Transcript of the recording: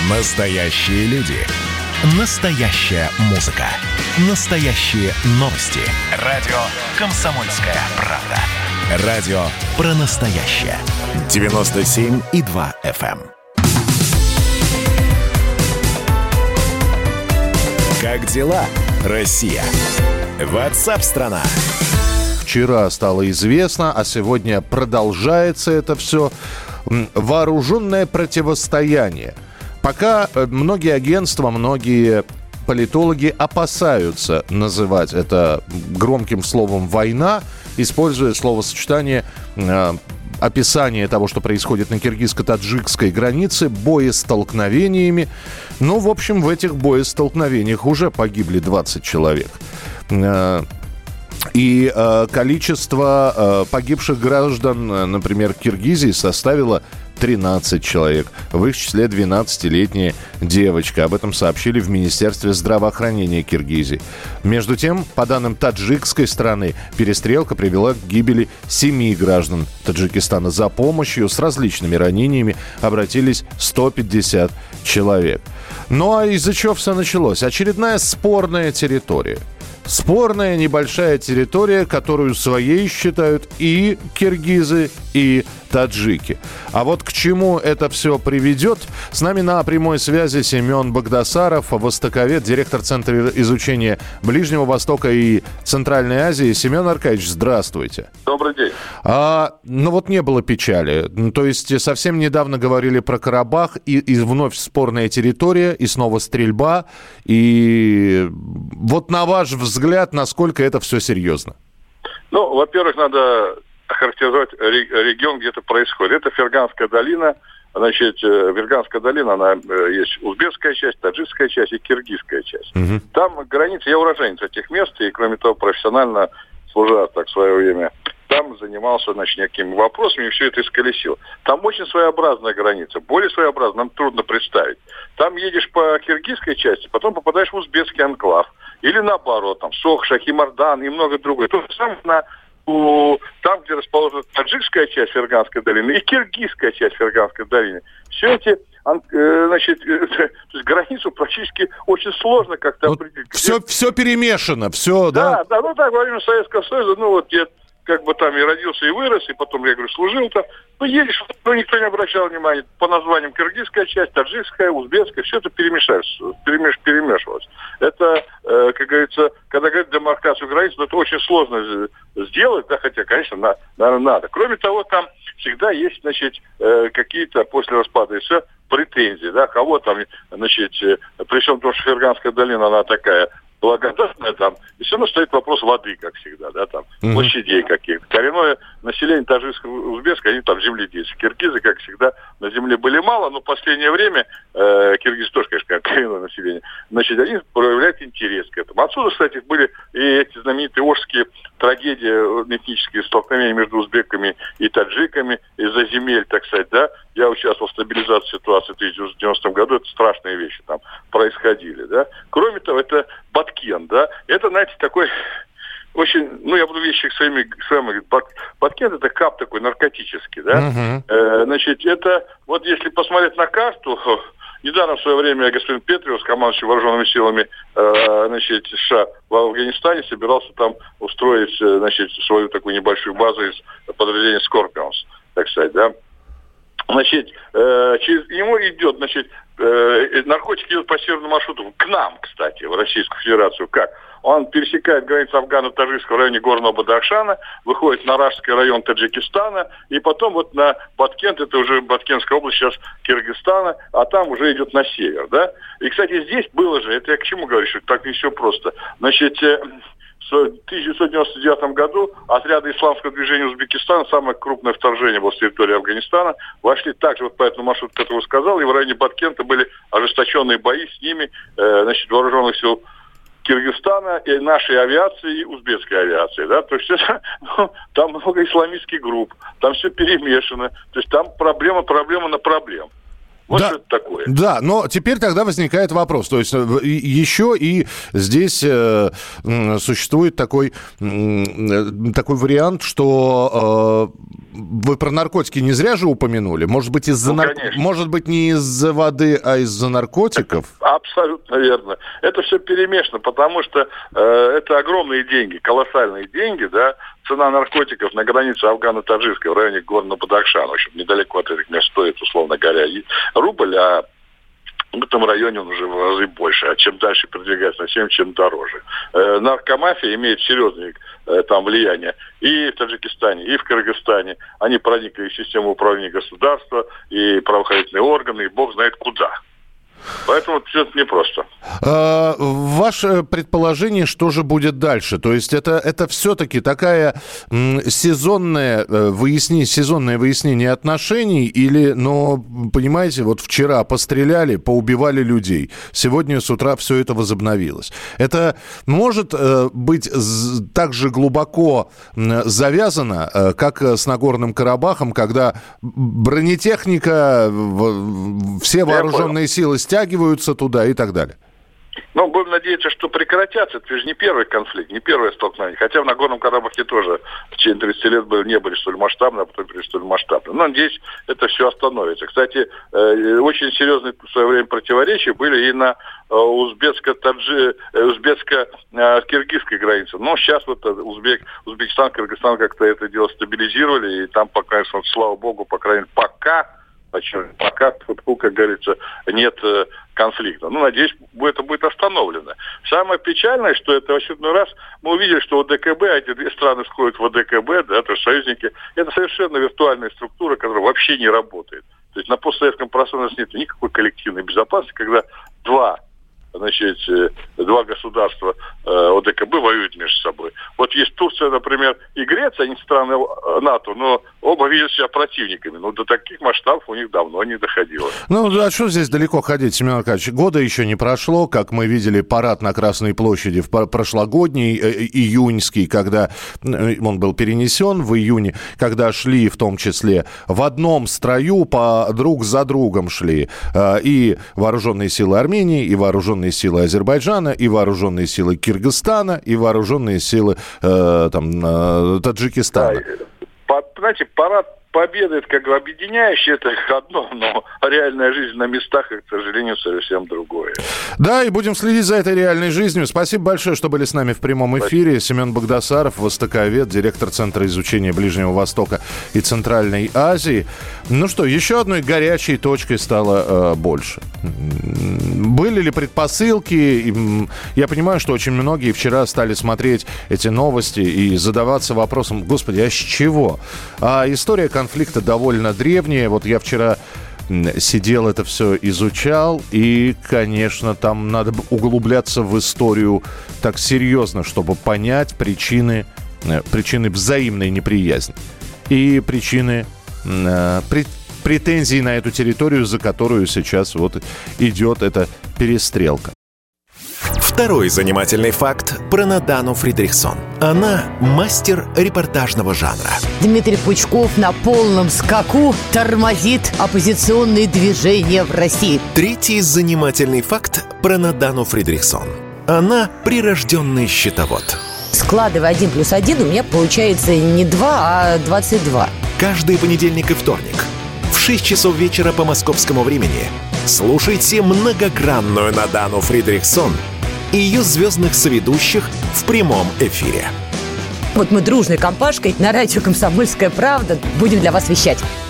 Настоящие люди. Настоящая музыка. Настоящие новости. Радио «Комсомольская правда». Радио про настоящее. 97,2 FM. Как дела, Россия? WhatsApp-страна. Вчера стало известно, а сегодня продолжается это все. Вооруженное противостояние. Пока многие агентства, многие политологи опасаются называть это громким словом «война», используя словосочетание описание того, что происходит на киргизско-таджикской границе, боестолкновениями. Ну, в общем, в этих боестолкновениях уже погибли 20 человек. И количество погибших граждан, например, Киргизии составило 13 человек. В их числе 12-летняя девочка. Об этом сообщили в Министерстве здравоохранения Киргизии. Между тем, по данным таджикской стороны, перестрелка привела к гибели 7 граждан Таджикистана. За помощью с различными ранениями обратились 150 человек. Ну а из-за чего все началось? Очередная спорная территория. Спорная небольшая территория, которую своей считают и киргизы, и таджики. А вот к чему это все приведет? С нами на прямой связи Семен Багдасаров, востоковед, директор Центра изучения Ближнего Востока и Центральной Азии. Семен Аркадьевич, здравствуйте. Добрый день. Ну вот не было печали. То есть совсем недавно говорили про Карабах, и вновь спорная территория, и снова стрельба. И вот на ваш взгляд, насколько это все серьезно? Ну, во-первых, надо охарактеризовать регион, где это происходит. Это Ферганская долина. Значит, Ферганская долина, она есть узбекская часть, таджикская часть и киргизская часть. Угу. Там граница, я уроженец этих мест, и, кроме того, профессионально служа так в свое время, там занимался, значит, некими вопросами и все это исколесил. Там очень своеобразная граница, более своеобразная, нам трудно представить. Там едешь по киргизской части, потом попадаешь в узбекский анклав. Или наоборот, там Сох, Шахимардан и много другое. То же самое там, где расположена таджикская часть Ферганской долины и киргизская часть Ферганской долины. Все эти, значит, то есть границу практически очень сложно как-то определить. Все перемешано, все, да? Да, ну так, во время Советского Союза, ну вот я как бы там и родился, и вырос, и потом, я говорю, служил там. Ну, едешь, ну, никто не обращал внимания. По названиям киргизская часть, таджикская, узбекская, все это перемешивалось. Это, как говорится, когда говорят демаркацию границ, ну, это очень сложно сделать, да, хотя, конечно, наверное, надо. Кроме того, там всегда есть, значит, какие-то после распада СССР претензии, да, кого там, значит, при всем том, что Ферганская долина, она такая благодатная там, и все равно стоит вопрос воды, как всегда, да, там, площадей каких-то. Коренное население таджикского, узбекского, они там земледельцы. Киргизы, как всегда, на земле были мало, но в последнее время, киргизы тоже, конечно, коренное население, значит, они проявляют интерес к этому. Отсюда, кстати, были и эти знаменитые ожские трагедии, этнические столкновения между узбеками и таджиками из-за земель, так сказать, да. Я участвовал в стабилизации ситуации в 1990 году, это страшные вещи там происходили, да. Кроме того, это Баткен, да, это, знаете, такой очень, ну, я буду вещи своими говорить, Баткен это кап такой наркотический, да. Значит, это, вот если посмотреть на карту, недавно в свое время господин Петриус, командующий вооруженными силами, значит, США в Афганистане, собирался там устроить, значит, свою такую небольшую базу из подразделения Scorpions, так сказать, да. Значит, через ему идет, значит, наркотики идут по северному маршруту к нам, кстати, в Российскую Федерацию. Как? Он пересекает границу Афгано-Таджикского в районе Горного Бадахшана, выходит на Рашский район Таджикистана, и потом вот на Баткент, это уже Баткенская область сейчас Кыргызстана, а там уже идет на север, да? И, кстати, здесь было же, это я к чему говорю, что так не все просто. Значит, в 1999 году отряды исламского движения Узбекистана, самое крупное вторжение было с территории Афганистана, вошли также вот по этому маршруту, который сказал, и в районе Баткента были ожесточенные бои с ними, значит, вооруженных сил Кыргызстана, и нашей авиации, и узбекской авиации, да, то есть это, ну, там много исламистских групп, там все перемешано, то есть там проблема на проблему. Вот да, что это такое. Да, но теперь тогда возникает вопрос. То есть еще и здесь существует такой вариант, что вы про наркотики не зря же упомянули? Может быть, может быть, не из-за воды, а из-за наркотиков? Абсолютно верно. Это все перемешано, потому что это огромные деньги, колоссальные деньги, да. Цена наркотиков на границе Афгано-Таджикской в районе города Бадахшан, в общем, недалеко от этих мест стоит, условно говоря, рубль, а в этом районе он уже в разы больше. А чем дальше продвигается на север, чем дороже. Наркомафия имеет серьезное там влияние и в Таджикистане, и в Кыргызстане. Они проникли в систему управления государства, и правоохранительные органы, и бог знает куда. Поэтому все это непросто. Ваше предположение, что же будет дальше? То есть это все-таки такая сезонное выяснение отношений или, понимаете, вот вчера постреляли, поубивали людей, сегодня с утра все это возобновилось. Это может быть так же глубоко завязано, как с Нагорным Карабахом, когда бронетехника, все вооруженные силы стягиваются туда и так далее. Ну, будем надеяться, что прекратятся. Это же не первый конфликт, не первое столкновение. Хотя в Нагорном Карабахе тоже в течение 30 лет не были столь масштабны, а потом были столь масштабны. Но надеюсь, это все остановится. Кстати, очень серьезные в свое время противоречия были и на узбекско-киргизской границе. Но сейчас вот Узбекистан, Кыргызстан как-то это дело стабилизировали. И там, пока, слава богу, по крайней мере, пока, как говорится, нет конфликта. Надеюсь, это будет остановлено. Самое печальное, что это в очередной раз мы увидели, что ОДКБ, эти две страны входят в ОДКБ, да, то есть союзники, это совершенно виртуальная структура, которая вообще не работает. То есть на постсоветском пространстве нет никакой коллективной безопасности, когда два государства ОДКБ воюют между собой. Вот есть Турция, например, и Греция, они страны НАТО, но оба видят себя противниками. До таких масштабов у них давно не доходило. А что здесь далеко ходить, Семен Аркадьевич? Года еще не прошло, как мы видели парад на Красной площади в прошлогодний, июньский, когда он был перенесен в июне, когда шли в том числе в одном строю, друг за другом шли и вооруженные силы Армении, и вооруженные силы Азербайджана, и вооруженные силы Кыргызстана, и вооруженные силы Таджикистана. Да, знаете, парад победы, это как бы объединяющее, это одно, но реальная жизнь на местах, к сожалению, совсем другое. Да, и будем следить за этой реальной жизнью. Спасибо большое, что были с нами в прямом эфире. Семен Багдасаров, востоковед, директор Центра изучения Ближнего Востока и Центральной Азии. Еще одной горячей точкой стало больше. Были ли предпосылки? Я понимаю, что очень многие вчера стали смотреть эти новости и задаваться вопросом, господи, а с чего? А история конфликта довольно древняя. Вот я вчера сидел, это все изучал, и, конечно, там надо углубляться в историю так серьезно, чтобы понять причины взаимной неприязни и причины претензий на эту территорию, за которую сейчас вот идет эта перестрелка. Второй занимательный факт про Надану Фридрихсон. Она мастер репортажного жанра. Дмитрий Пучков на полном скаку тормозит оппозиционные движения в России. Третий занимательный факт про Надану Фридрихсон. Она прирожденный счетовод. Складывая 1 + 1, у меня получается не 2, а 22. Каждый понедельник и вторник в 6 часов вечера по московскому времени слушайте многогранную Надану Фридрихсон и ее звездных соведущих в прямом эфире. Вот мы дружной компашкой на радио «Комсомольская правда» будем для вас вещать.